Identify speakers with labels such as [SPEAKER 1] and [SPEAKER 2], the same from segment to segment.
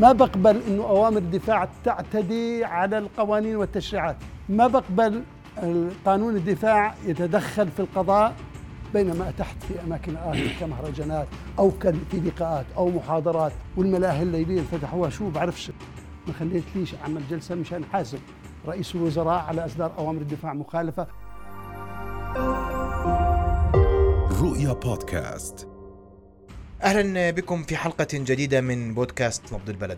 [SPEAKER 1] ما بقبل إنه أوامر الدفاع تعتدي على القوانين والتشريعات. ما بقبل قانون الدفاع يتدخل في القضاء بينما أتحت في أماكن آخر كمهرجانات أو في لقاءات أو محاضرات والملاهي الليلية اللي فتحوها شو بعرفش. ما خليت ليش أعمل جلسة مشان حاسب رئيس الوزراء على إصدار أوامر الدفاع مخالفة.
[SPEAKER 2] رؤيا بودكاست.
[SPEAKER 3] أهلا بكم في حلقة جديدة من بودكاست نبض البلد.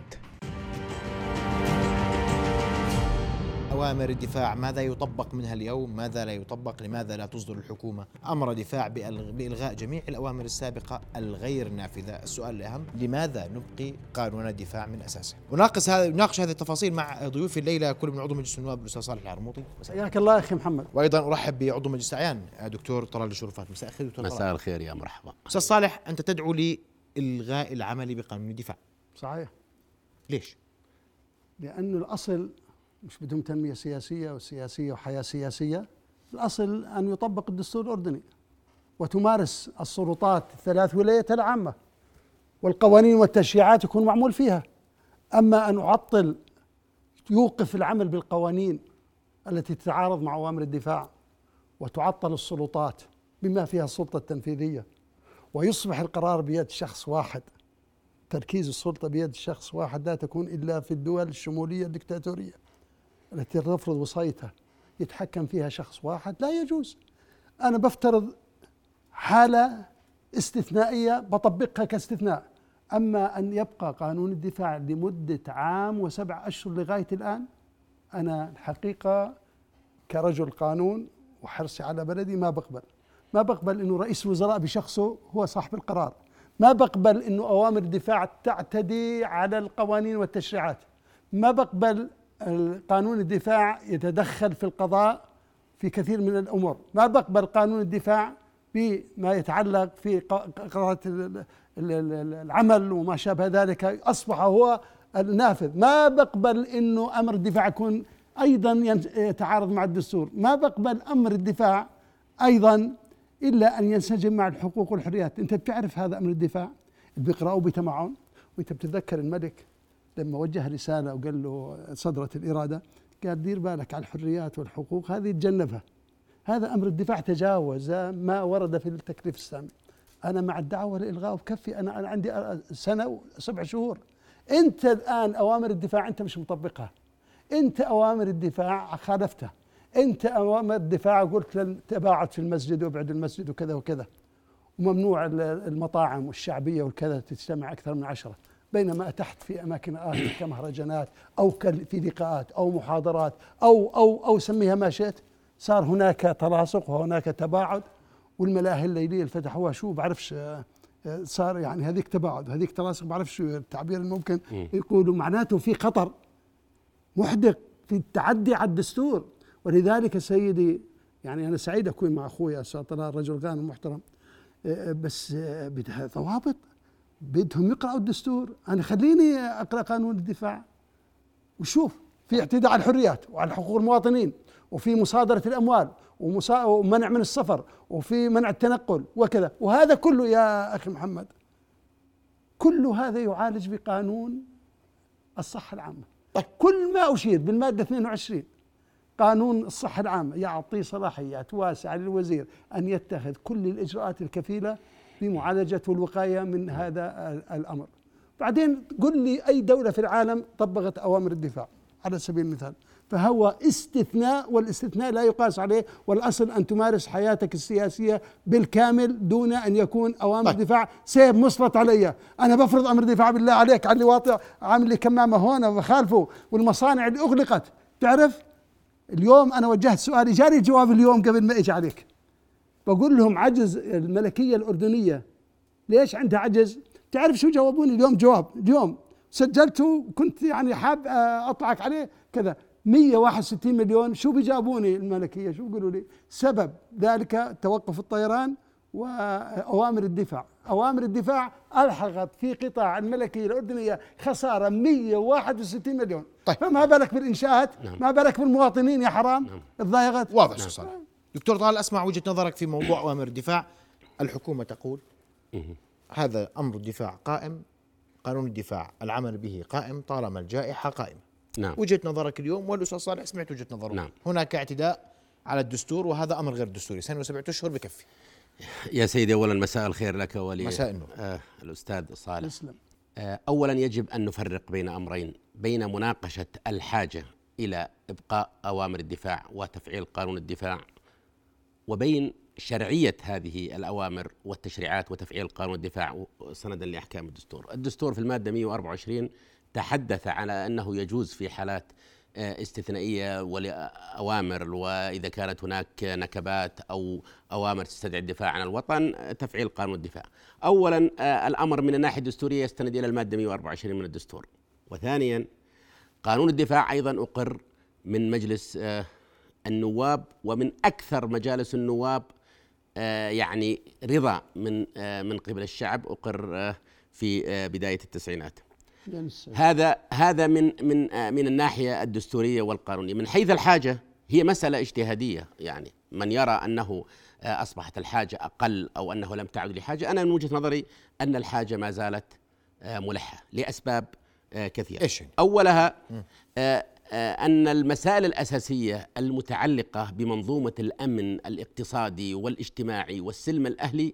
[SPEAKER 3] أوامر الدفاع ماذا يطبق منها اليوم؟ ماذا لا يطبق؟ لماذا لا تصدر الحكومة أمر دفاع بإلغاء جميع الأوامر السابقة الغير نافذة؟ السؤال الأهم: لماذا نبقي قانون الدفاع من أساسه؟ نناقش هذه التفاصيل مع ضيوفي الليلة، كل من عضو مجلس النواب الأستاذ صالح العرموطي.
[SPEAKER 1] حياك الله أخي محمد.
[SPEAKER 3] وأيضا أرحب بعضو مجلس الأعيان دكتور طلال الشرفات. مساء الخير دكتور.
[SPEAKER 4] مساء الخير يا مرحبا.
[SPEAKER 3] أستاذ صالح، أنت تدعو لإلغاء العمل بقانون الدفاع.
[SPEAKER 1] صحيح.
[SPEAKER 3] ليش؟
[SPEAKER 1] لأنه الأصل مش بدهم تنمية سياسية والسياسية وحياة سياسية. الأصل أن يطبق الدستور الأردني وتمارس السلطات الثلاث ولايات العامة والقوانين والتشريعات يكون معمول فيها. أما أن يعطل يوقف العمل بالقوانين التي تتعارض مع أوامر الدفاع وتعطل السلطات بما فيها السلطة التنفيذية ويصبح القرار بيد شخص واحد، تركيز السلطة بيد شخص واحد لا تكون إلا في الدول الشمولية الدكتاتورية التي تفرض وصايتها يتحكم فيها شخص واحد، لا يجوز. أنا بفترض حالة استثنائية بطبقها كاستثناء. أما أن يبقى قانون الدفاع لمدة عام و7 أشهر لغاية الآن، أنا الحقيقة كرجل قانون وحرصي على بلدي ما بقبل إنه رئيس الوزراء بشخصه هو صاحب القرار. ما بقبل إنه أوامر الدفاع تعتدي على القوانين والتشريعات. ما بقبل قانون الدفاع يتدخل في القضاء في كثير من الأمور. ما بقبل قانون الدفاع بما يتعلق في قرارات العمل وما شابه ذلك أصبح هو النافذ. ما بقبل إنه أمر الدفاع يكون أيضا يتعارض مع الدستور. ما بقبل أمر الدفاع أيضا إلا أن ينسجم مع الحقوق والحريات. أنت بتعرف هذا أمر الدفاع اللي بيقرأوه بتمعن. وأنت بتتذكر الملك لما وجه رسالة وقال له صدرت الإرادة، قال دير بالك على الحريات والحقوق هذه تجنبها. هذا أمر الدفاع تجاوز ما ورد في التكليف السامي. أنا مع الدعوة لإلغاء وكفي. أنا عندي 1 و7 شهور. أنت الآن أوامر الدفاع أنت مش مطبقها. أنت أوامر الدفاع خالفتها. أنت أوامر الدفاع قلت للتباعد في المسجد وابعد المسجد وكذا وكذا، وممنوع المطاعم والشعبية والكذا تجتمع أكثر من 10، بينما أتحت في أماكن آخر كمهرجانات أو في لقاءات أو محاضرات أو سميها ما شئت. صار هناك تلاصق وهناك تباعد، والملاهي الليلية اللي فتحوها شو بعرفش، صار يعني هذيك تباعد وهذيك تلاصق، بعرفش شو التعبير الممكن يقولوا. معناته في خطر محدق في التعدي على الدستور. ولذلك سيدي يعني أنا سعيد أكون مع أخويا أستاذ طلال رجل غانم محترم، بس بدها ضوابط، بدهم يقرأوا الدستور. أنا خليني أقرأ قانون الدفاع وشوف في اعتداء على الحريات وعلى حقوق المواطنين، وفي مصادرة الأموال ومنع من السفر، وفي منع التنقل وكذا. وهذا كله يا أخي محمد كل هذا يعالج بقانون الصحة العامة. كل ما أشير بالمادة 22 قانون الصحة العامة يعطي صلاحيات واسعة للوزير أن يتخذ كل الإجراءات الكفيلة بمعالجة والوقاية من هذا الأمر. بعدين قل لي أي دولة في العالم طبقت أوامر الدفاع على سبيل المثال. فهو استثناء، والاستثناء لا يقاس عليه، والأصل أن تمارس حياتك السياسية بالكامل دون أن يكون أوامر دفاع سيف مسلط علي. أنا بفرض أمر دفاع بالله عليك على اللي واطي عامل لي كمامة هون وخالفه، والمصانع اللي أغلقت. تعرف اليوم أنا وجهت سؤالي جاري الجواب اليوم قبل ما إجي عليك، بقول لهم عجز الملكية الأردنية. ليش عندها عجز؟ تعرف شو جاوبوني اليوم؟ جواب اليوم سجلته كنت يعني حاب أطلعك عليه كذا، 161 مليون. شو بيجابوني الملكية؟ شو بيقولوا لي؟ سبب ذلك توقف الطيران وأوامر الدفاع. أوامر الدفاع ألحقت في قطاع الملكية الأردنية خسارة 161 مليون.
[SPEAKER 3] طيب.
[SPEAKER 1] فما بالك بالإنشاءات؟ ما بالك بالمواطنين يا حرام الضائغات.
[SPEAKER 3] واضح شو صار. دكتور طلال، أسمع وجهة نظرك في موضوع أوامر الدفاع. الحكومة تقول هذا أمر الدفاع قائم قانون الدفاع العمل به قائم طالما الجائحة قائمة.
[SPEAKER 4] نعم.
[SPEAKER 3] وجهة نظرك اليوم والأستاذ صالح سمعت وجهة نظره.
[SPEAKER 4] نعم.
[SPEAKER 3] هناك اعتداء على الدستور وهذا أمر غير دستوري، 7 أشهر بكفي.
[SPEAKER 4] يا سيدي، أولا مساء الخير لك ولي
[SPEAKER 3] مساء النور.
[SPEAKER 4] الأستاذ صالح.
[SPEAKER 1] تسلم.
[SPEAKER 4] أولا يجب أن نفرق بين أمرين، بين مناقشة الحاجة إلى إبقاء أوامر الدفاع وتفعيل قانون الدفاع، وبين شرعية هذه الأوامر والتشريعات وتفعيل قانون الدفاع سندا لأحكام الدستور. الدستور في المادة 124 تحدث على أنه يجوز في حالات استثنائية ولأوامر، وإذا كانت هناك نكبات أو أوامر تستدعي الدفاع عن الوطن تفعيل قانون الدفاع. أولا الأمر من الناحية الدستورية يستند إلى المادة 124 من الدستور، وثانيا قانون الدفاع أيضا أقر من مجلس النواب ومن أكثر مجالس النواب يعني رضا من قبل الشعب، أقر في بداية التسعينات. هذا من الناحية الدستورية والقانونية. من حيث الحاجة هي مسألة اجتهادية، يعني من يرى أنه أصبحت الحاجة أقل أو أنه لم تعد لحاجة، أنا من وجهة نظري أن الحاجة ما زالت ملحة لأسباب كثيرة. أولها أن المسائل الأساسية المتعلقة بمنظومة الأمن الاقتصادي والاجتماعي والسلم الأهلي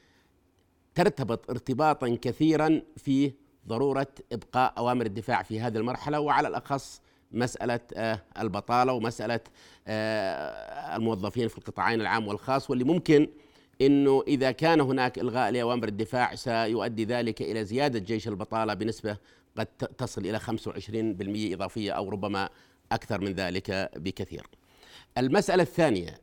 [SPEAKER 4] ترتبط ارتباطا كثيرا في ضرورة إبقاء أوامر الدفاع في هذه المرحلة، وعلى الأخص مسألة البطالة ومسألة الموظفين في القطاعين العام والخاص، واللي ممكن أنه إذا كان هناك إلغاء لأوامر الدفاع سيؤدي ذلك إلى زيادة جيش البطالة بنسبة قد تصل إلى 25% إضافية أو ربما أكثر من ذلك بكثير. المسألة الثانية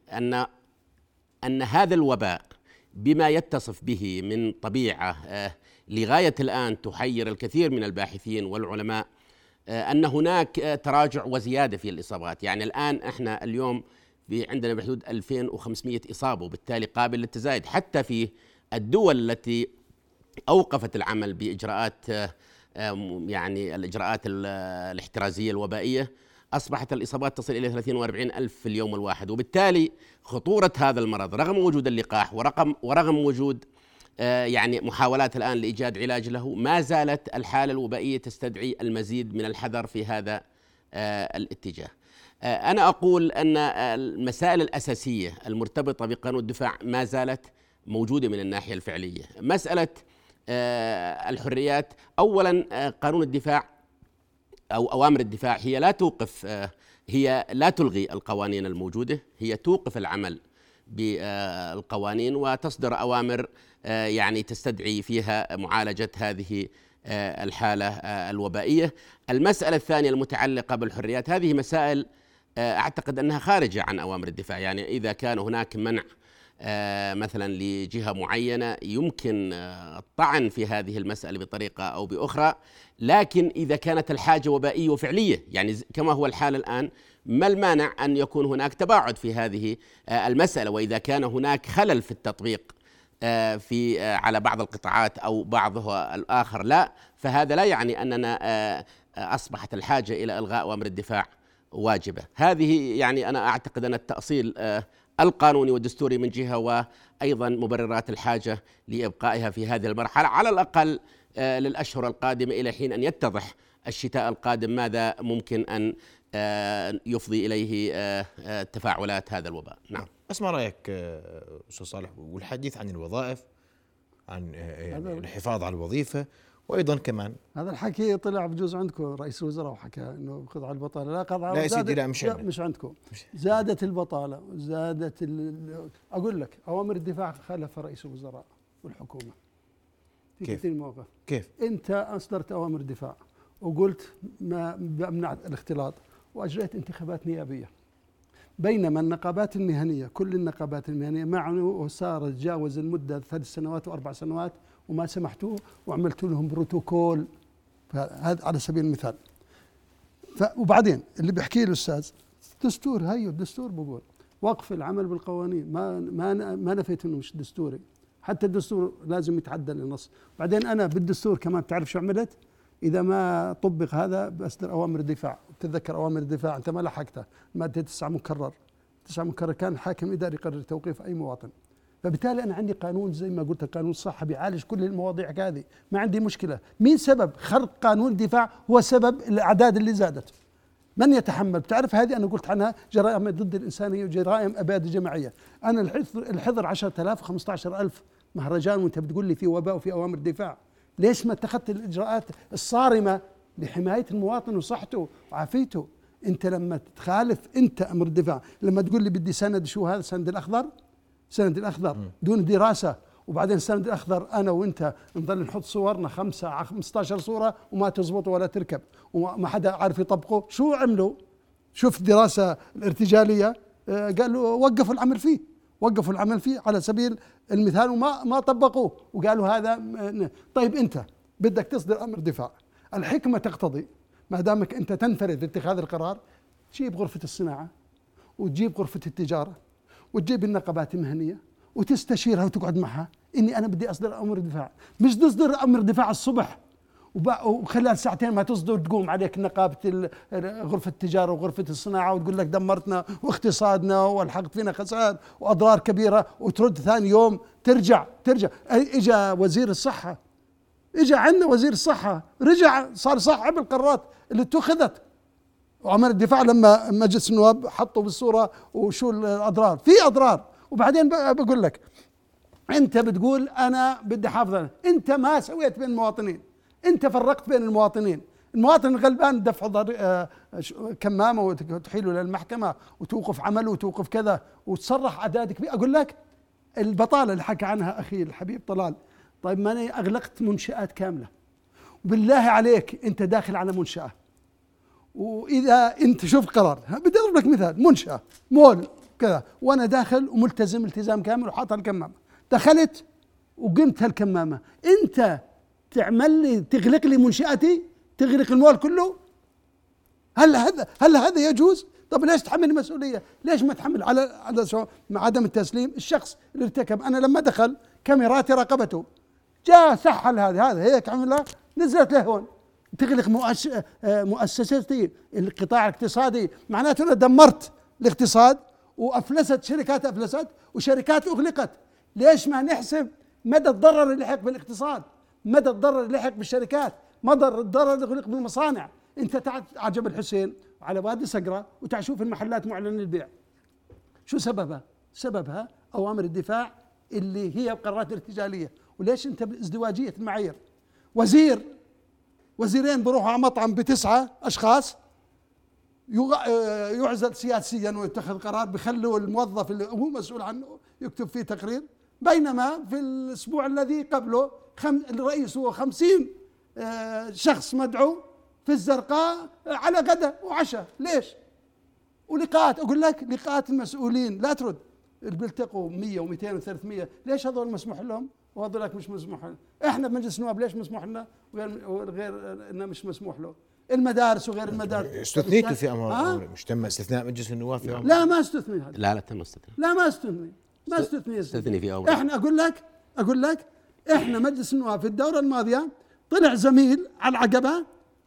[SPEAKER 4] أن هذا الوباء بما يتصف به من طبيعة لغاية الآن تحير الكثير من الباحثين والعلماء، أن هناك تراجع وزيادة في الإصابات. يعني الآن إحنا اليوم عندنا بحدود 2500 إصابة، وبالتالي قابل للتزايد. حتى في الدول التي أوقفت العمل بإجراءات يعني الإجراءات الاحترازية الوبائية أصبحت الإصابات تصل إلى 30 و40 ألف في اليوم الواحد. وبالتالي خطورة هذا المرض رغم وجود اللقاح ورغم وجود يعني محاولات الآن لإيجاد علاج له، ما زالت الحالة الوبائية تستدعي المزيد من الحذر في هذا الاتجاه. أنا أقول أن المسائل الأساسية المرتبطة بقانون الدفاع ما زالت موجودة من الناحية الفعلية. مسألة الحريات، أولا قانون الدفاع أو أوامر الدفاع هي لا تلغي القوانين الموجودة، هي توقف العمل بالقوانين وتصدر أوامر يعني تستدعي فيها معالجة هذه الحالة الوبائية. المسألة الثانية المتعلقة بالحريات، هذه مسائل أعتقد أنها خارجة عن أوامر الدفاع. يعني إذا كان هناك منع مثلا لجهة معينة يمكن الطعن في هذه المسألة بطريقة أو بأخرى، لكن إذا كانت الحاجة وبائية وفعلية يعني كما هو الحال الآن، ما المانع أن يكون هناك تباعد في هذه المسألة؟ وإذا كان هناك خلل في التطبيق على بعض القطاعات أو بعضها الآخر لا، فهذا لا يعني أننا أصبحت الحاجة إلى إلغاء أوامر الدفاع واجبة. هذه يعني أنا أعتقد أن التأصيل القانوني والدستوري من جهة، وأيضا مبررات الحاجة لإبقائها في هذه المرحلة على الأقل للأشهر القادمة إلى حين أن يتضح الشتاء القادم ماذا ممكن أن يفضي إليه تفاعلات هذا الوباء. نعم.
[SPEAKER 3] أسمع رأيك أستاذ صالح، والحديث عن الوظائف، عن الحفاظ على الوظيفة، وأيضا كمان
[SPEAKER 1] هذا الحكي طلع بجوز عندكم رئيس الوزراء وحكى إنه خذ على البطالة. لا قضى
[SPEAKER 3] لا يا سيدي، لا
[SPEAKER 1] مش عندكم. زادت البطالة وزادت أقول لك أوامر الدفاع خالفها رئيس الوزراء والحكومة في كثير مواقف.
[SPEAKER 3] كيف
[SPEAKER 1] أنت أصدرت أوامر الدفاع وقلت ما بمنع الاختلاط وأجريت انتخابات نيابية، بينما النقابات المهنية كل النقابات المهنية معه وصارت تجاوز المدة 3 سنوات و4 سنوات وما سمحتوه وعملت لهم بروتوكول. هذا على سبيل المثال. وبعدين اللي بيحكي له الأستاذ دستور، هيو الدستور بقول وقف العمل بالقوانين، ما نفيت انه مش دستوري، حتى الدستور لازم يتعدل النص. بعدين انا بالدستور كمان بتعرف شو عملت؟ اذا ما طبق هذا بصدر اوامر الدفاع. بتتذكر اوامر الدفاع انت ما لحقتها، ماده 9 مكرر 9 مكرر كان الحاكم الاداري يقرر توقيف اي مواطن فبالتالي أنا عندي قانون زي ما قلت قانون الصحة بيعالج كل المواضيع هذه، ما عندي مشكلة. مين سبب خرق قانون الدفاع؟ هو سبب الأعداد اللي زادت. من يتحمل؟ بتعرف هذه أنا قلت عنها جرائم ضد الإنسانية وجرائم أبادة جماعية. أنا الحظر 10,000 15,000 مهرجان وأنت بتقول لي في وباء وفي أوامر دفاع. ليش ما اتخذت الإجراءات الصارمة لحماية المواطن وصحته وعافيته؟ أنت لما تخالف أنت أمر الدفاع، لما تقول لي بدي سند، شو هذا سند الأخضر؟ سند الأخضر دون دراسة، وبعدين السند الأخضر أنا وأنت نظل نحط صورنا 15 صورة وما تزبط ولا تركب وما حدا عارف يطبقه. شو عملوا؟ شوف الدراسة الارتجالية، قالوا وقفوا العمل فيه، وقفوا العمل فيه على سبيل المثال وما طبقوه وقالوا هذا. طيب أنت بدك تصدر أمر دفاع، الحكمة تقتضي ما دامك أنت تنفرد في اتخاذ القرار، تجيب غرفة الصناعة وتجيب غرفة التجارة وتجيب النقابات المهنية وتستشيرها وتقعد معها، إني أنا بدي أصدر أمر دفاع. مش تصدر أمر دفاع الصبح وخلال ساعتين ما تصدر تقوم عليك نقابة غرفة التجارة وغرفة الصناعة وتقول لك دمرتنا واقتصادنا والحقت فينا خسائر وأضرار كبيرة، وترد ثاني يوم ترجع. إجا وزير الصحة، إجا عندنا وزير الصحة، رجع صار صاحب القرارات اللي اتخذت. وعمر الدفاع لما مجلس النواب حطوا بالصورة وشو الأضرار، في أضرار. وبعدين بقول لك أنت بتقول أنا بدي حافظ، أنت ما سويت بين المواطنين، أنت فرقت بين المواطنين. المواطن الغلبان دفع كمامة وتحيله للمحكمة وتوقف عمله وتوقف كذا وتصرح أعداد كبيرة. أقول لك البطالة اللي حكى عنها أخي الحبيب طلال، طيب ما أنا أغلقت منشآت كاملة، وبالله عليك أنت داخل على منشأة، وإذا أنت شوف قرار، بدي أضرب لك مثال، منشأة مول كذا وأنا داخل وملتزم التزام كامل وحاطها الكمامة، دخلت وقمت هالكمامة، أنت تعمل لي تغلق لي منشأتي، تغلق المول كله؟ هل هذا يجوز؟ طب ليش تحمل المسؤولية؟ ليش ما تحمل على مع عدم التسليم الشخص اللي ارتكب؟ أنا لما دخل كاميرات راقبته، جاء سحل هذا هيك عملها، نزلت له هون، تغلق مؤسستي القطاع الاقتصادي، معناته أنا دمرت الاقتصاد وأفلست شركات، أفلست وشركات أغلقت. ليش ما نحسب مدى الضرر اللي لحق بالاقتصاد، مدى الضرر اللي لحق بالشركات، مدى الضرر اللي لحق بالمصانع؟ أنت تعال على جبل حسين وعلى وادي صقرة وتعال شوف المحلات معلن البيع، شو سببها؟ سببها أوامر الدفاع اللي هي قرارات ارتجالية. وليش أنت بازدواجية المعايير؟ وزيرين بروحوا على مطعم ب9 أشخاص يعزل سياسيا ويتخذ قرار بخلوا الموظف اللي هو مسؤول عنه يكتب فيه تقرير، بينما في الأسبوع الذي قبله الرئيس هو 50 شخص مدعو في الزرقاء على غدا وعشاء. ليش؟ ولقاءات، أقول لك لقاءات المسؤولين لا ترد، اللي بيلتقوا 100 و200 و300، ليش هذول مسموح لهم وهذولك مش مسموح لهم؟ احنا بمجلس النواب ليش مسموح لنا وغير انه مش مسموح له؟ المدارس وغير المدارس
[SPEAKER 3] استثنيتوا في امر مش تم استثناء مجلس النواب في امر؟
[SPEAKER 1] لا ما استثني هذا،
[SPEAKER 4] لا تم استثناء،
[SPEAKER 1] لا ما استثني
[SPEAKER 4] في امر.
[SPEAKER 1] احنا اقول لك احنا مجلس النواب في الدوره الماضيه طلع زميل على العقبه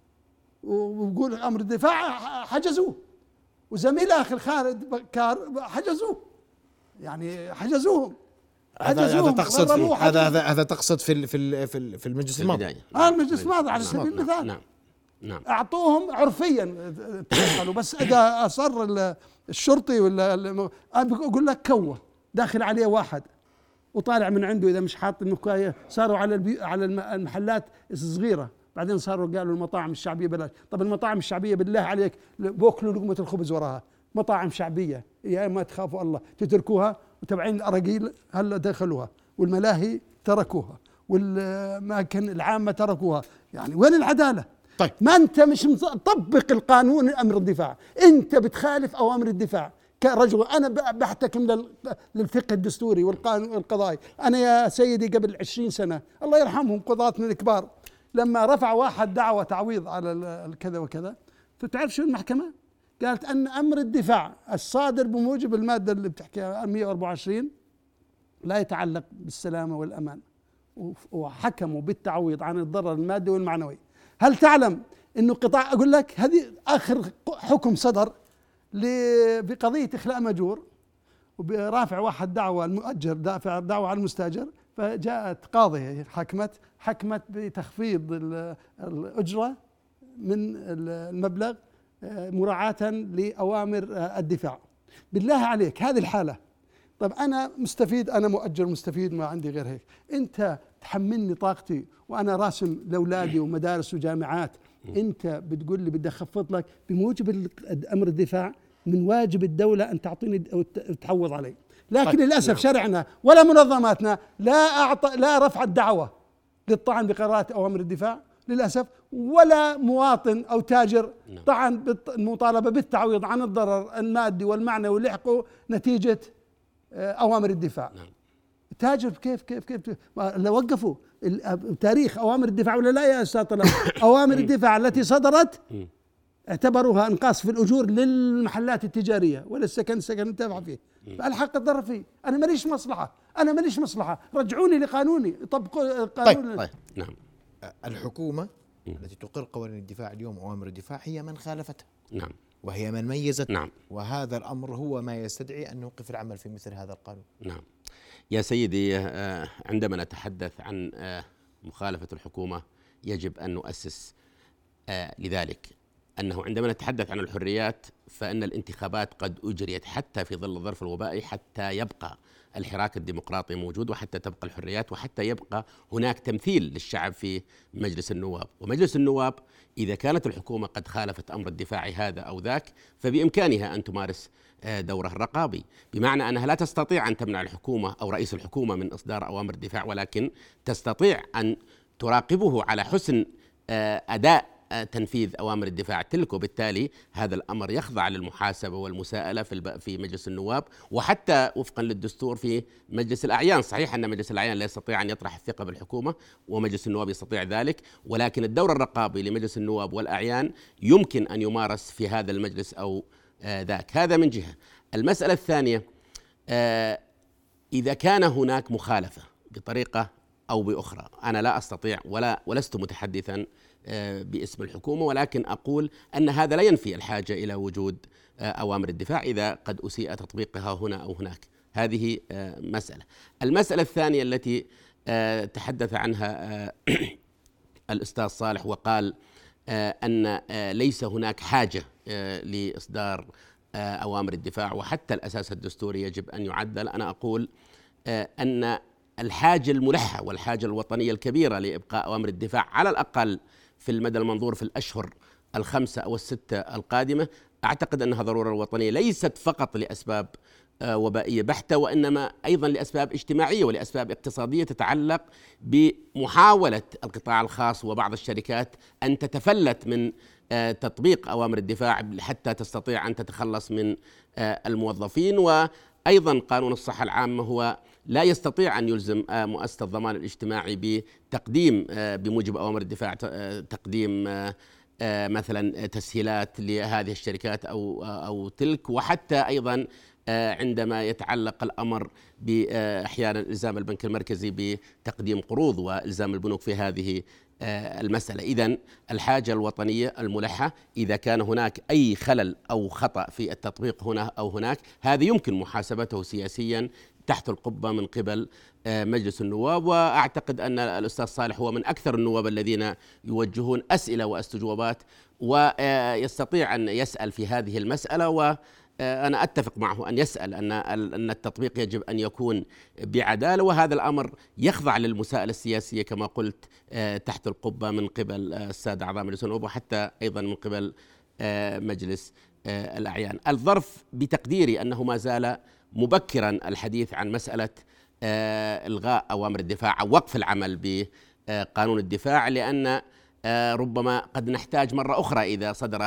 [SPEAKER 1] وبقول امر الدفاع حجزوه، وزميل اخر خالد بكار حجزوه، يعني حجزوهم.
[SPEAKER 3] هذا تقصد هذا تقصد في المجلس الماضي؟
[SPEAKER 1] المجلس الماضي على سبيل المثال.
[SPEAKER 4] نعم.
[SPEAKER 1] اعطوهم عرفيا تدخلوا، بس اذا اصر الشرطي ولا اقول لك كوه داخل عليه واحد وطالع من عنده، اذا مش حاط المكوايه صاروا على المحلات الصغيره، بعدين صاروا قالوا المطاعم الشعبيه بلاش. طب المطاعم الشعبيه بالله عليك بوكلوا لقمه الخبز وراها، مطاعم شعبيه يا ما تخافوا الله تتركوها، وتبعين الاراجيل هلا دخلوها، والملاهي تركوها، والاماكن العامه تركوها، يعني وين العداله؟
[SPEAKER 3] طيب
[SPEAKER 1] ما انت مش مطبق القانون امر الدفاع، انت بتخالف اوامر الدفاع كرجل. انا بحتكم للفقه الدستوري والقانون القضائي. انا يا سيدي قبل 20 سنه الله يرحمهم قضاتنا الكبار، لما رفع واحد دعوة تعويض على الكذا وكذا، فتعرف شو المحكمة؟ قالت أن أمر الدفاع الصادر بموجب المادة اللي بتحكيها 124 لا يتعلق بالسلامة والأمان، وحكموا بالتعويض عن الضرر المادي والمعنوي. هل تعلم أنه قطاع، أقول لك هذه آخر حكم صدر بقضية إخلاء مأجور، وبرافع واحد دعوة المؤجر دافع دعوة على المستأجر، فجاءت قاضية حكمت بتخفيض الأجرة من المبلغ مراعاة لأوامر الدفاع. بالله عليك هذه الحالة، طب أنا مستفيد، أنا مؤجر مستفيد، ما عندي غير هيك، أنت تحملني طاقتي وأنا راسم لأولادي ومدارس وجامعات، أنت بتقول لي بدي أخفض لك بموجب أمر الدفاع، من واجب الدولة أن تعطيني أو تعوض علي. لكن طيب للأسف شرعنا ولا منظماتنا لا رفع الدعوة للطعن بقرارات أوامر الدفاع للأسف، ولا مواطن أو تاجر طعن بالمطالبة بالتعويض عن الضرر المادي والمعنوي اللي لحقه نتيجة أوامر الدفاع. تاجر كيف لو وقفوا تاريخ أوامر الدفاع ولا لا يا أستاذ طلال؟ أوامر الدفاع التي صدرت اعتبروها انقاص في الأجور للمحلات التجارية ولا السكن انتفع فيه، فالحق الضرر فيه. أنا ماليش مصلحة، رجعوني لقانوني، طبقوا قانون.
[SPEAKER 3] طيب. نعم. الحكومة التي تقر قوانين الدفاع اليوم أوامر الدفاع هي من خالفتها.
[SPEAKER 4] نعم.
[SPEAKER 3] وهي من ميزت.
[SPEAKER 4] نعم.
[SPEAKER 3] وهذا الأمر هو ما يستدعي أن نوقف العمل في مثل هذا القانون.
[SPEAKER 4] نعم يا سيدي، عندما نتحدث عن مخالفة الحكومة يجب أن نؤسس لذلك أنه عندما نتحدث عن الحريات فإن الانتخابات قد أجريت حتى في ظل الظرف الوبائي، حتى يبقى الحراك الديمقراطي موجود، وحتى تبقى الحريات، وحتى يبقى هناك تمثيل للشعب في مجلس النواب. ومجلس النواب إذا كانت الحكومة قد خالفت أمر الدفاع هذا أو ذاك فبإمكانها أن تمارس دوره الرقابي، بمعنى أنها لا تستطيع أن تمنع الحكومة أو رئيس الحكومة من إصدار أوامر الدفاع، ولكن تستطيع أن تراقبه على حسن أداء تنفيذ أوامر الدفاع تلك، وبالتالي هذا الأمر يخضع للمحاسبة والمساءلة في مجلس النواب، وحتى وفقا للدستور في مجلس الأعيان. صحيح أن مجلس الأعيان لا يستطيع أن يطرح الثقة بالحكومة ومجلس النواب يستطيع ذلك، ولكن الدور الرقابي لمجلس النواب والأعيان يمكن أن يمارس في هذا المجلس أو ذاك. هذا من جهة. المسألة الثانية، إذا كان هناك مخالفة بطريقة أو بأخرى، أنا لا أستطيع ولست متحدثا باسم الحكومة، ولكن أقول أن هذا لا ينفي الحاجة إلى وجود أوامر الدفاع إذا قد أسيء تطبيقها هنا أو هناك. هذه مسألة. المسألة الثانية التي تحدث عنها الأستاذ صالح وقال أن ليس هناك حاجة لإصدار أوامر الدفاع وحتى الأساس الدستوري يجب أن يعدل. أنا أقول أن الحاجة الملحة والحاجة الوطنية الكبيرة لإبقاء أوامر الدفاع على الأقل في المدى المنظور في الأشهر 5 أو 6 القادمة، أعتقد أنها ضرورة وطنية، ليست فقط لأسباب وبائية بحتة، وإنما أيضا لأسباب اجتماعية ولأسباب اقتصادية تتعلق بمحاولة القطاع الخاص وبعض الشركات أن تتفلت من تطبيق أوامر الدفاع حتى تستطيع أن تتخلص من الموظفين. وأيضا قانون الصحة العامة هو لا يستطيع أن يلزم مؤسسة الضمان الاجتماعي بتقديم بموجب أوامر الدفاع تقديم مثلا تسهيلات لهذه الشركات أو تلك، وحتى أيضا عندما يتعلق الأمر بأحيانا إلزام البنك المركزي بتقديم قروض وإلزام البنوك في هذه المسألة. إذن الحاجة الوطنية الملحة، إذا كان هناك أي خلل أو خطأ في التطبيق هنا أو هناك، هذا يمكن محاسبته سياسيا تحت القبة من قبل مجلس النواب. وأعتقد أن الأستاذ صالح هو من أكثر النواب الذين يوجهون أسئلة واستجوابات ويستطيع أن يسأل في هذه المسألة، وأنا أتفق معه أن يسأل أن التطبيق يجب أن يكون بعدالة، وهذا الأمر يخضع للمساءلة السياسية كما قلت تحت القبة من قبل السادة أعضاء مجلس النواب وحتى أيضا من قبل مجلس الأعيان. الظرف بتقديري أنه ما زال مبكرا الحديث عن مسألة إلغاء أوامر الدفاع أو وقف العمل بقانون الدفاع، لأن ربما قد نحتاج مرة أخرى إذا صدر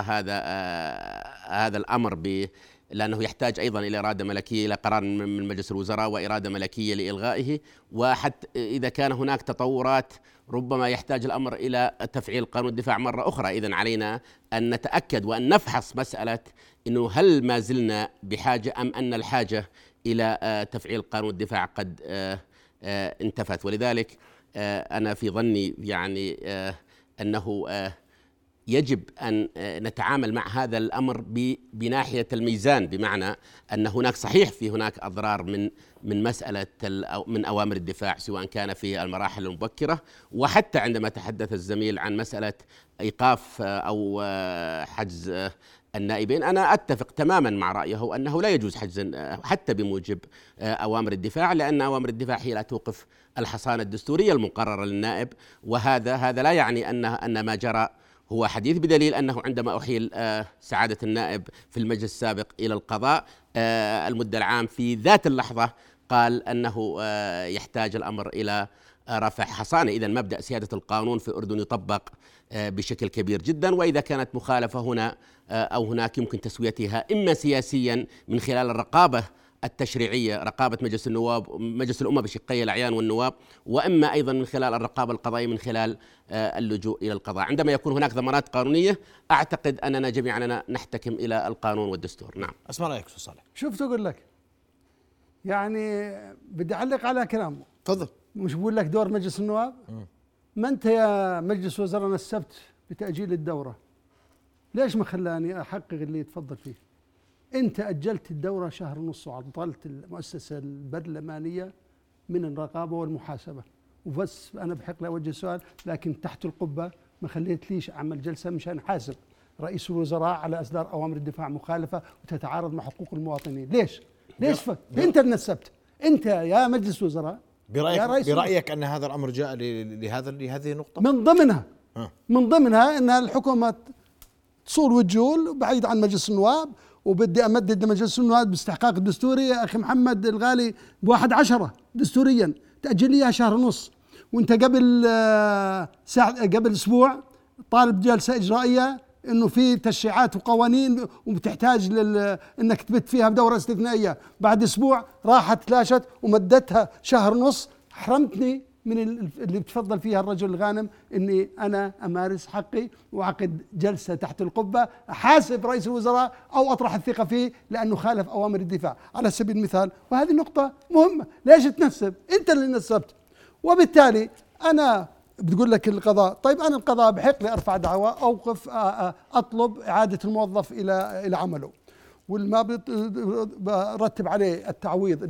[SPEAKER 4] هذا الأمر لأنه يحتاج أيضا إلى إرادة ملكية، إلى قرار من مجلس الوزراء وإرادة ملكية لإلغائه، وحتى إذا كان هناك تطورات ربما يحتاج الأمر إلى تفعيل قانون الدفاع مرة أخرى. إذن علينا أن نتأكد وأن نفحص مسألة أنه هل ما زلنا بحاجة أم أن الحاجة إلى تفعيل قانون الدفاع قد انتفت. ولذلك أنا في ظني يعني أنه يجب أن نتعامل مع هذا الأمر بناحية الميزان، بمعنى أن هناك صحيح في هناك أضرار من مسألة من أوامر الدفاع، سواء كان في المراحل المبكرة، وحتى عندما تحدث الزميل عن مسألة إيقاف أو حجز النائبين، أنا أتفق تماما مع رأيه أنه لا يجوز حجز حتى بموجب أوامر الدفاع، لأن أوامر الدفاع هي لا توقف الحصانة الدستورية المقررة للنائب، وهذا لا يعني أن ما جرى هو حديث، بدليل أنه عندما أحيل سعادة النائب في المجلس السابق إلى القضاء المدة العام في ذات اللحظة قال أنه يحتاج الأمر إلى رفع حصانة. إذن مبدأ سيادة القانون في الأردن يطبق بشكل كبير جدا، وإذا كانت مخالفة هنا أو هناك يمكن تسويتها إما سياسيا من خلال الرقابة التشريعية، رقابة مجلس النواب، مجلس الأمة بشقي الأعيان والنواب، وإما أيضا من خلال الرقابة القضائية من خلال اللجوء إلى القضاء. عندما يكون هناك ضمانات قانونية أعتقد أننا جميعا نحتكم إلى القانون والدستور. نعم.
[SPEAKER 3] أسمع رأيك أستاذ صالح.
[SPEAKER 1] شوف تقول لك يعني بدي أعلق على كلامه.
[SPEAKER 3] تفضل.
[SPEAKER 1] مش بقول لك دور مجلس النواب؟ ما أنت يا مجلس وزراء نسبت بتأجيل الدورة، ليش ما خلاني أحقق اللي يتفضل فيه؟ أنت أجلت الدورة شهر ونص وعطلت المؤسسة البرلمانية من الرقابة والمحاسبة، وبس أنا بحق لي أوجه سؤال، لكن تحت القبة ما خليت ليش أعمل جلسة مشان أحاسب رئيس الوزراء على إصدار أوامر الدفاع مخالفة وتتعارض مع حقوق المواطنين. ليش أنت اللي نسبت، أنت يا مجلس وزراء.
[SPEAKER 3] برأيك أن هذا الأمر جاء لهذه النقطة؟
[SPEAKER 1] من ضمنها أن الحكومة تصول وتجول بعيد عن مجلس النواب، وبدي أمدد لمجلس النواب باستحقاق الدستوري يا أخي محمد الغالي ب1/10 دستوريا، تأجل لي شهر ونص، وأنت قبل أسبوع طالب جلسة إجرائية إنه في تشريعات وقوانين وبتحتاج إنك تبت فيها بدورة استثنائية، بعد أسبوع راحت تلاشت ومدتها شهر ونص، حرمتني من اللي بتفضل فيها الرجل الغانم إني أنا أمارس حقي وأعقد جلسة تحت القبة أحاسب رئيس الوزراء أو أطرح الثقة فيه لأنه خالف أوامر الدفاع على سبيل المثال. وهذه نقطة مهمة، ليش تنسب؟ أنت اللي نسبت. وبالتالي أنا بتقول لك القضاء، طيب أنا القضاء بحق لي أرفع دعوة، أوقف، أطلب إعادة الموظف إلى عمله، والما برتب عليه التعويض،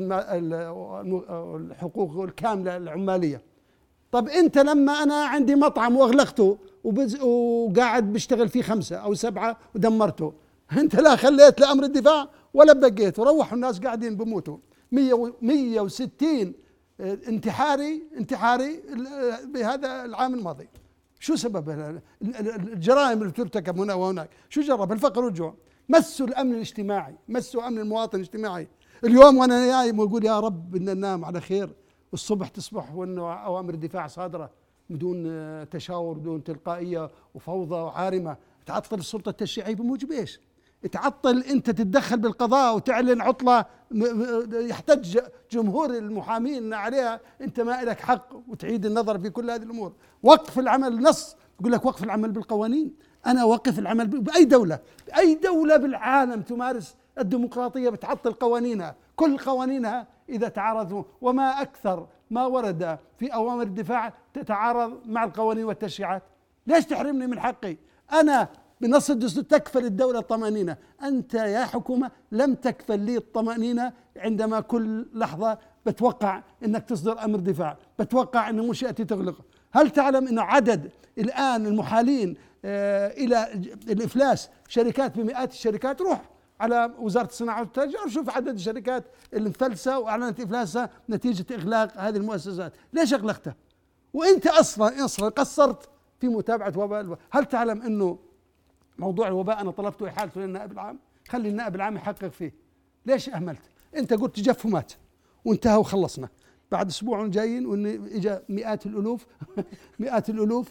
[SPEAKER 1] الحقوق الكاملة العمالية. طب أنت لما أنا عندي مطعم وأغلقته وقاعد بشتغل فيه 5 أو 7 ودمرته، أنت لا خليت لأمر الدفاع ولا بقيت، وروحوا الناس قاعدين بموتوا 160 انتحاري بهذا العام الماضي. شو سبب الجرائم اللي ترتكب هنا وهناك؟ شو جرب؟ الفقر والجوع، مسوا الأمن الاجتماعي، مسوا أمن المواطن الاجتماعي. اليوم وأنا نايم وأقول يا رب بدنا ننام على خير، والصبح تصبح وأنه أوامر الدفاع صادرة بدون تشاور، بدون تلقائية وفوضى وعارمة. تعطل السلطة التشريعية بموجب إيش؟ تعطل أنت تتدخل بالقضاء وتعلن عطلة يحتج جمهور المحامين عليها، أنت ما لك حق، وتعيد النظر في كل هذه الأمور. وقف العمل، نص يقول لك وقف العمل بالقوانين. أنا أوقف العمل بأي دولة بالعالم تمارس الديمقراطية بتعطل قوانينها، كل قوانينها إذا تعارضوا، وما أكثر ما ورد في أوامر الدفاع تتعارض مع القوانين والتشريعات. ليش تحرمني من حقي؟ أنا بنص الدستور تكفل الدولة الطمأنينة، أنت يا حكومة لم تكفل لي الطمأنينة عندما كل لحظة بتوقع أنك تصدر أمر دفاع، بتوقع أن مشيئتي تغلق. هل تعلم أن عدد الآن المحالين إلى الإفلاس شركات بمئات الشركات؟ روح على وزارة الصناعة والتجارة شوف عدد الشركات اللي مفلسة وأعلنت إفلاسها نتيجة إغلاق هذه المؤسسات. ليش أغلقتها وأنت أصلا قصرت في متابعة وباء؟ هل تعلم أنه موضوع الوباء أنا طلبته إحالته للنائب العام، خلي النائب العام يحقق فيه. ليش أهملت؟ أنت قلت جفهمات وانتهى وخلصنا، بعد أسبوع جايين وإن إجا مئات الألوف مئات الألوف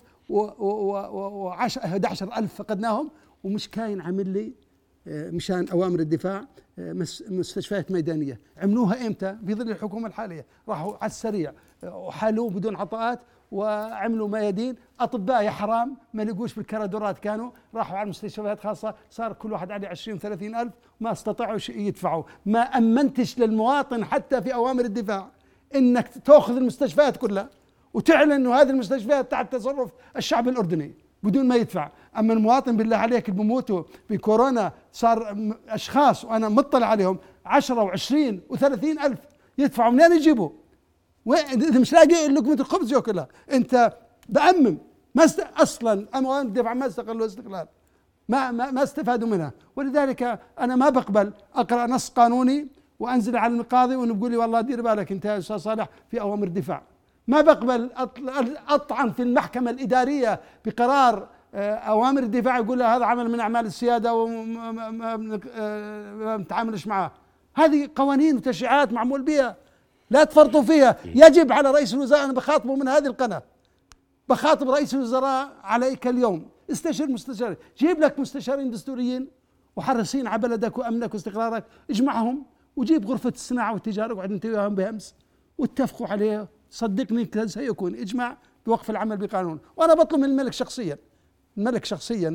[SPEAKER 1] و11,000 فقدناهم، ومش كاين عمل لي مشان أوامر الدفاع مستشفيات ميدانية. عملوها إمتى؟ في ظل الحكومة الحالية، راحوا على السريع وحالوه بدون عطاءات وعملوا ميادين. أطباء يا حرام ما لقوش بالكرادورات، كانوا راحوا على المستشفيات خاصة، صار كل واحد عليه 20-30 ألف، ما استطاعوا يدفعوا. ما أمنتش للمواطن حتى في أوامر الدفاع إنك تأخذ المستشفيات كلها وتعلن أنه هذه المستشفيات تحت تصرف الشعب الأردني بدون ما يدفع. أما المواطن بالله عليك اللي بموتوا بكورونا صار أشخاص وأنا مطلع عليهم 10 و20 و30 ألف يدفعوا، منين يجيبوا؟ إذا مش لاقي لقمة الخبز ياكلها. أنت بأمم أصلا أموال الدفع ما استقلوا استقلال، ما استفادوا منها. ولذلك أنا ما بقبل أقرأ نص قانوني وأنزل على القاضي ونقول لي والله دير بالك أنت يا أستاذ صالح في أوامر دفاع. ما بقبل أطعن في المحكمة الإدارية بقرار أوامر الدفاع يقول هذا عمل من أعمال السيادة وما نتعاملش معه. هذه قوانين وتشريعات معمول بها، لا تفرطوا فيها. يجب على رئيس الوزراء، أنا بخاطبه من هذه القناة، بخاطب رئيس الوزراء عليك اليوم استشر مستشار، جيب لك مستشارين دستوريين وحريصين على بلدك وأمنك واستقرارك، اجمعهم وجيب غرفة الصناعة والتجارة وقعد انت وياهم بأمس واتفقوا عليه. صدقني سيكون إجماع بوقف العمل بقانون. وأنا بطلب من الملك شخصيا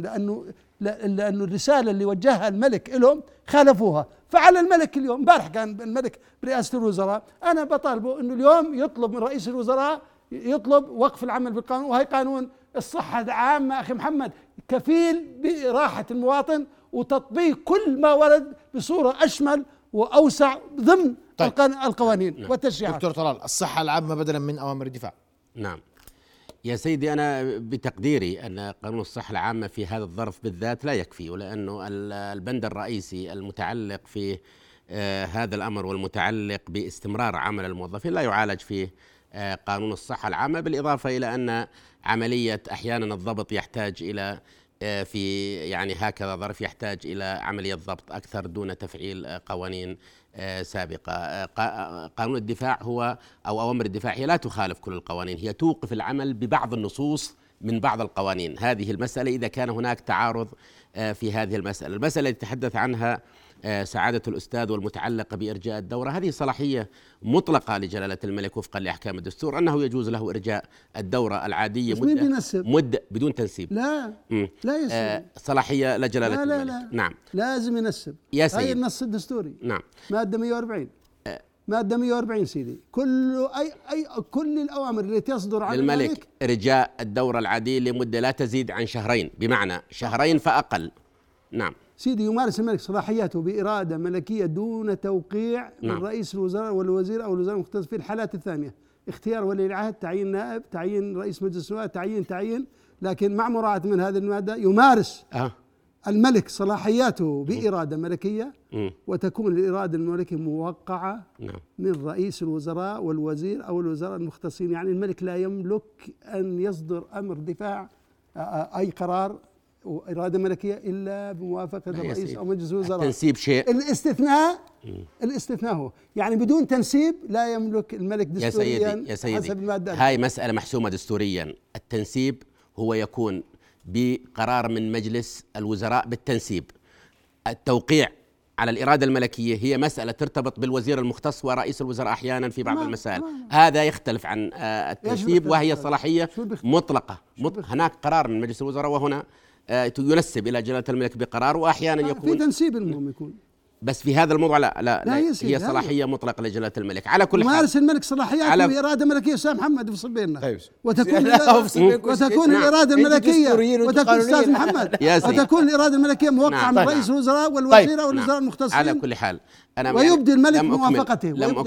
[SPEAKER 1] لأنه الرسالة اللي وجهها الملك لهم خالفوها. فعلى الملك اليوم، امبارح كان الملك برئاسة الوزراء، أنا بطالبه أنه اليوم يطلب من رئيس الوزراء يطلب وقف العمل بالقانون. وهي قانون الصحة العامة أخي محمد كفيل براحة المواطن وتطبيق كل ما ورد بصورة أشمل وأوسع ضمن القوانين والتشريعات.
[SPEAKER 3] دكتور طلال، الصحة العامة بدلا من أوامر الدفاع.
[SPEAKER 4] نعم يا سيدي، أنا بتقديري أن قانون الصحة العامة في هذا الظرف بالذات لا يكفي، ولأنه البند الرئيسي المتعلق في هذا الأمر والمتعلق باستمرار عمل الموظفين لا يعالج في قانون الصحة العامة. بالإضافة إلى أن عملية أحيانا الضبط يحتاج إلى في يعني هكذا ظرف يحتاج إلى عملية ضبط أكثر دون تفعيل قوانين سابقة. قانون الدفاع هو أو أوامر الدفاع هي لا تخالف كل القوانين، هي توقف العمل ببعض النصوص من بعض القوانين. هذه المسألة إذا كان هناك تعارض في هذه المسألة التي تحدث عنها سعادة الأستاذ والمتعلقة بإرجاء الدورة، هذه صلاحية مطلقة لجلالة الملك وفقا لأحكام الدستور أنه يجوز له إرجاء الدورة العادية مدة بدون تنسيب.
[SPEAKER 1] لا يسيب
[SPEAKER 4] صلاحية لجلالة الملك.
[SPEAKER 1] لا
[SPEAKER 4] نعم
[SPEAKER 1] لازم ينسب. هاي النص الدستوري.
[SPEAKER 4] نعم
[SPEAKER 1] مادة 140 مادة 140 سيدي، كل الأوامر اللي تصدر عن
[SPEAKER 4] الملك إرجاء الدورة العادية لمدة لا تزيد عن شهرين، بمعنى شهرين فأقل. نعم
[SPEAKER 1] سيدي، يمارس الملك صلاحياته بإرادة ملكية دون توقيع من رئيس الوزراء والوزير أو الوزراء المختص في الحالات الثانية: اختيار ولي العهد، تعيين نائب، تعيين رئيس مجلس النواب، تعيين. لكن مع مراعاة من هذه المادة يمارس الملك صلاحياته بإرادة ملكية، وتكون الإرادة الملكية موقعة من رئيس الوزراء والوزير أو الوزراء المختصين. يعني الملك لا يملك أن يصدر أمر دفاع أي قرار وإرادة ملكية إلا بموافقة الرئيس أو مجلس الوزراء.
[SPEAKER 4] التنسيب شيء،
[SPEAKER 1] الاستثناء هو يعني بدون تنسيب لا يملك الملك دستوريا.
[SPEAKER 4] يا سيدي هاي مسألة محسومة دستوريا. التنسيب هو يكون بقرار من مجلس الوزراء بالتنسيب. التوقيع على الإرادة الملكية هي مسألة ترتبط بالوزير المختص ورئيس الوزراء أحيانا في بعض المسائل. هذا يختلف عن التنسيب وهي صلاحية مطلقة. هناك قرار من مجلس الوزراء وهنا ينسب إلى جلالة الملك بقرار، وأحيانا يكون
[SPEAKER 1] في تنسيب المهم يكون،
[SPEAKER 4] بس في هذا الموضوع لا هي صلاحية مطلقة لجلالة الملك. على كل حال
[SPEAKER 1] يمارس الملك صلاحياته بإرادة ملكية. أستاذ محمد افصل بيننا. وتكون الإرادة الملكية أستاذ محمد وتكون الإرادة الملكية موقعة من رئيس الوزراء والوزير أو الوزراء المختصين.
[SPEAKER 4] على كل حال أنا
[SPEAKER 1] ويبدي الملك موافقته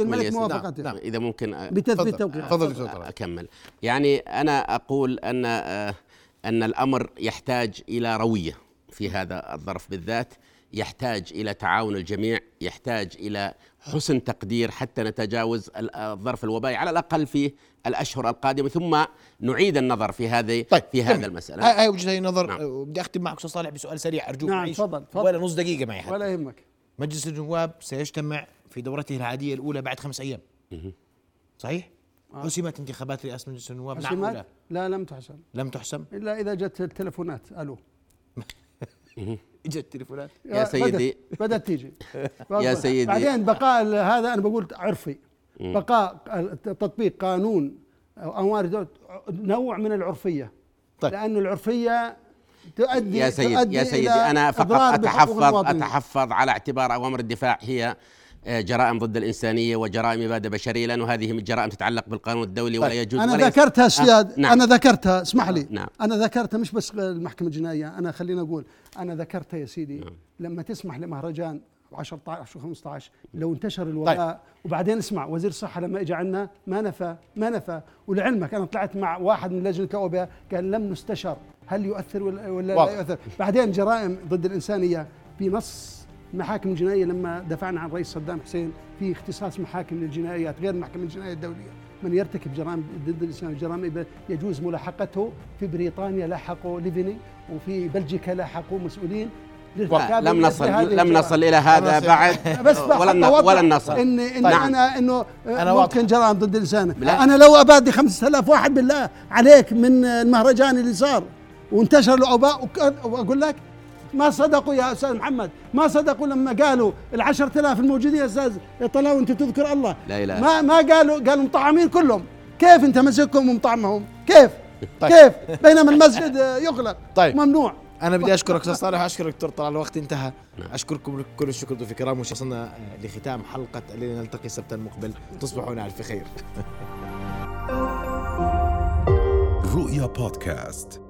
[SPEAKER 4] إذا ممكن
[SPEAKER 1] بتثبيت توقيع.
[SPEAKER 4] أكمل. يعني أنا أقول أن الأمر يحتاج إلى روية في هذا الظرف بالذات، يحتاج إلى تعاون الجميع، يحتاج إلى حسن تقدير حتى نتجاوز الظرف الوبائي على الأقل في الأشهر القادمة، ثم نعيد النظر في هذه هذا المسألة.
[SPEAKER 3] هاي وجهة نظر. وبدي أختم معك أستاذ صالح بسؤال سريع أرجوك.
[SPEAKER 1] نعم تفضل.
[SPEAKER 3] ولا نص دقيقة معي حتى.
[SPEAKER 1] ولا يهمك.
[SPEAKER 3] مجلس النواب سيجتمع في دورته العادية الأولى بعد 5 أيام. صحيح؟ حسمت انتخابات رئاسة مجلس النواب؟ نعم ولا
[SPEAKER 1] لا؟ لم تحسم
[SPEAKER 3] إلا
[SPEAKER 1] إذا جت التلفونات. ألو
[SPEAKER 3] اجت تليفونات
[SPEAKER 4] يا سيدي،
[SPEAKER 1] بدأت تيجي
[SPEAKER 4] يا سيدي.
[SPEAKER 1] بعدين بقاء هذا أنا بقول عرفي، بقاء تطبيق قانون أوامر نوع من العرفية. طيب. لأن العرفية تؤدي
[SPEAKER 4] يا سيدي أنا فقط أتحفظ على اعتبار أوامر الدفاع هي جرائم ضد الإنسانية وجرائم إبادة بشرية، لأنه هذه من الجرائم تتعلق بالقانون الدولي ولا يجوز.
[SPEAKER 1] أنا ذكرتها سياد.
[SPEAKER 4] نعم.
[SPEAKER 1] أنا ذكرتها، اسمح لي.
[SPEAKER 4] نعم.
[SPEAKER 1] أنا ذكرتها مش بس المحكمة الجنائية، أنا خلينا أقول أنا ذكرتها يا سيدي.
[SPEAKER 4] نعم.
[SPEAKER 1] لما تسمح لمهرجان 10 و15 لو انتشر الوباء. وبعدين اسمع، وزير الصحة لما اجى عنا ما نفى. ولعلمك أنا طلعت مع واحد من لجنة الكوبا قال لم نستشر هل يؤثر ولا لا يؤثر. بعدين جرائم ضد الإنسانية في نص محاكم الجنائية لما دفعنا عن رئيس صدام حسين في اختصاص محاكم للجنائيات غير المحكمة الجنائية الدولية. من يرتكب جرائم ضد الإنسان جرائم يجوز ملاحقته. في بريطانيا لاحقوا ليفيني، وفي بلجيكا لاحقوا مسؤولين.
[SPEAKER 4] لم نصل إلى هذا بعد.
[SPEAKER 1] بس
[SPEAKER 4] ولن نصل.
[SPEAKER 1] إنه ممكن جرائم ضد الإنسان. أنا لو أبادي 5000 واحد بالله عليك من المهرجان اللي صار وانتشر الوباء، وأقول لك ما صدقوا يا أستاذ محمد، ما صدقوا لما قالوا 10,000 الموجودين يا أستاذ طلعوا أنت تذكر الله.
[SPEAKER 4] لا
[SPEAKER 1] ما قالوا مطعمين كلهم. كيف أنت مسكهم ومطعمهم؟ كيف؟ كيف بينما المسجد يغلق؟ ممنوع.
[SPEAKER 3] أنا بدي أشكرك أستاذ صالح وأشكرك دكتور طلال، الوقت انتهى. أشكركم كل الشكر ضيوف الكرام، وصلنا لختام حلقة الليلة، نلتقي السبت المقبل، تصبحون على الف خير.
[SPEAKER 2] رؤيا بودكاست.